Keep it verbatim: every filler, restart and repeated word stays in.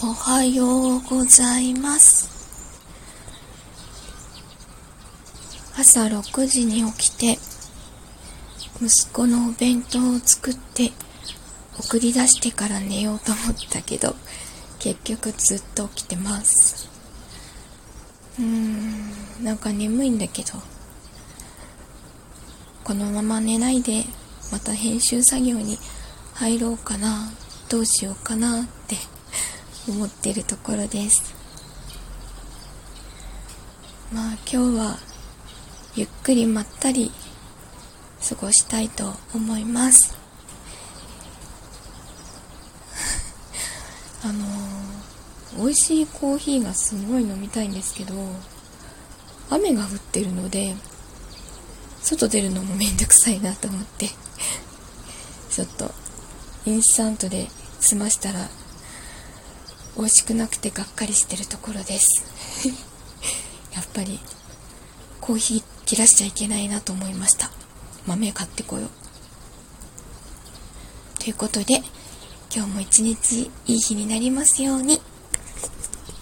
おはようございます。朝ろくじに起きて息子のお弁当を作って送り出してから寝ようと思ったけど、結局ずっと起きてます。うーんなんか眠いんだけど、このまま寝ないでまた編集作業に入ろうかな、どうしようかなって思ってるところです。まあ今日はゆっくりまったり過ごしたいと思います。あのー、美味しいコーヒーがすごい飲みたいんですけど、雨が降ってるので外出るのもめんどくさいなと思ってちょっとインスタントで済ましたら美味しくなくてがっかりしてるところですやっぱりコーヒー切らしちゃいけないなと思いました。豆買ってこようということで、今日も一日いい日になりますように。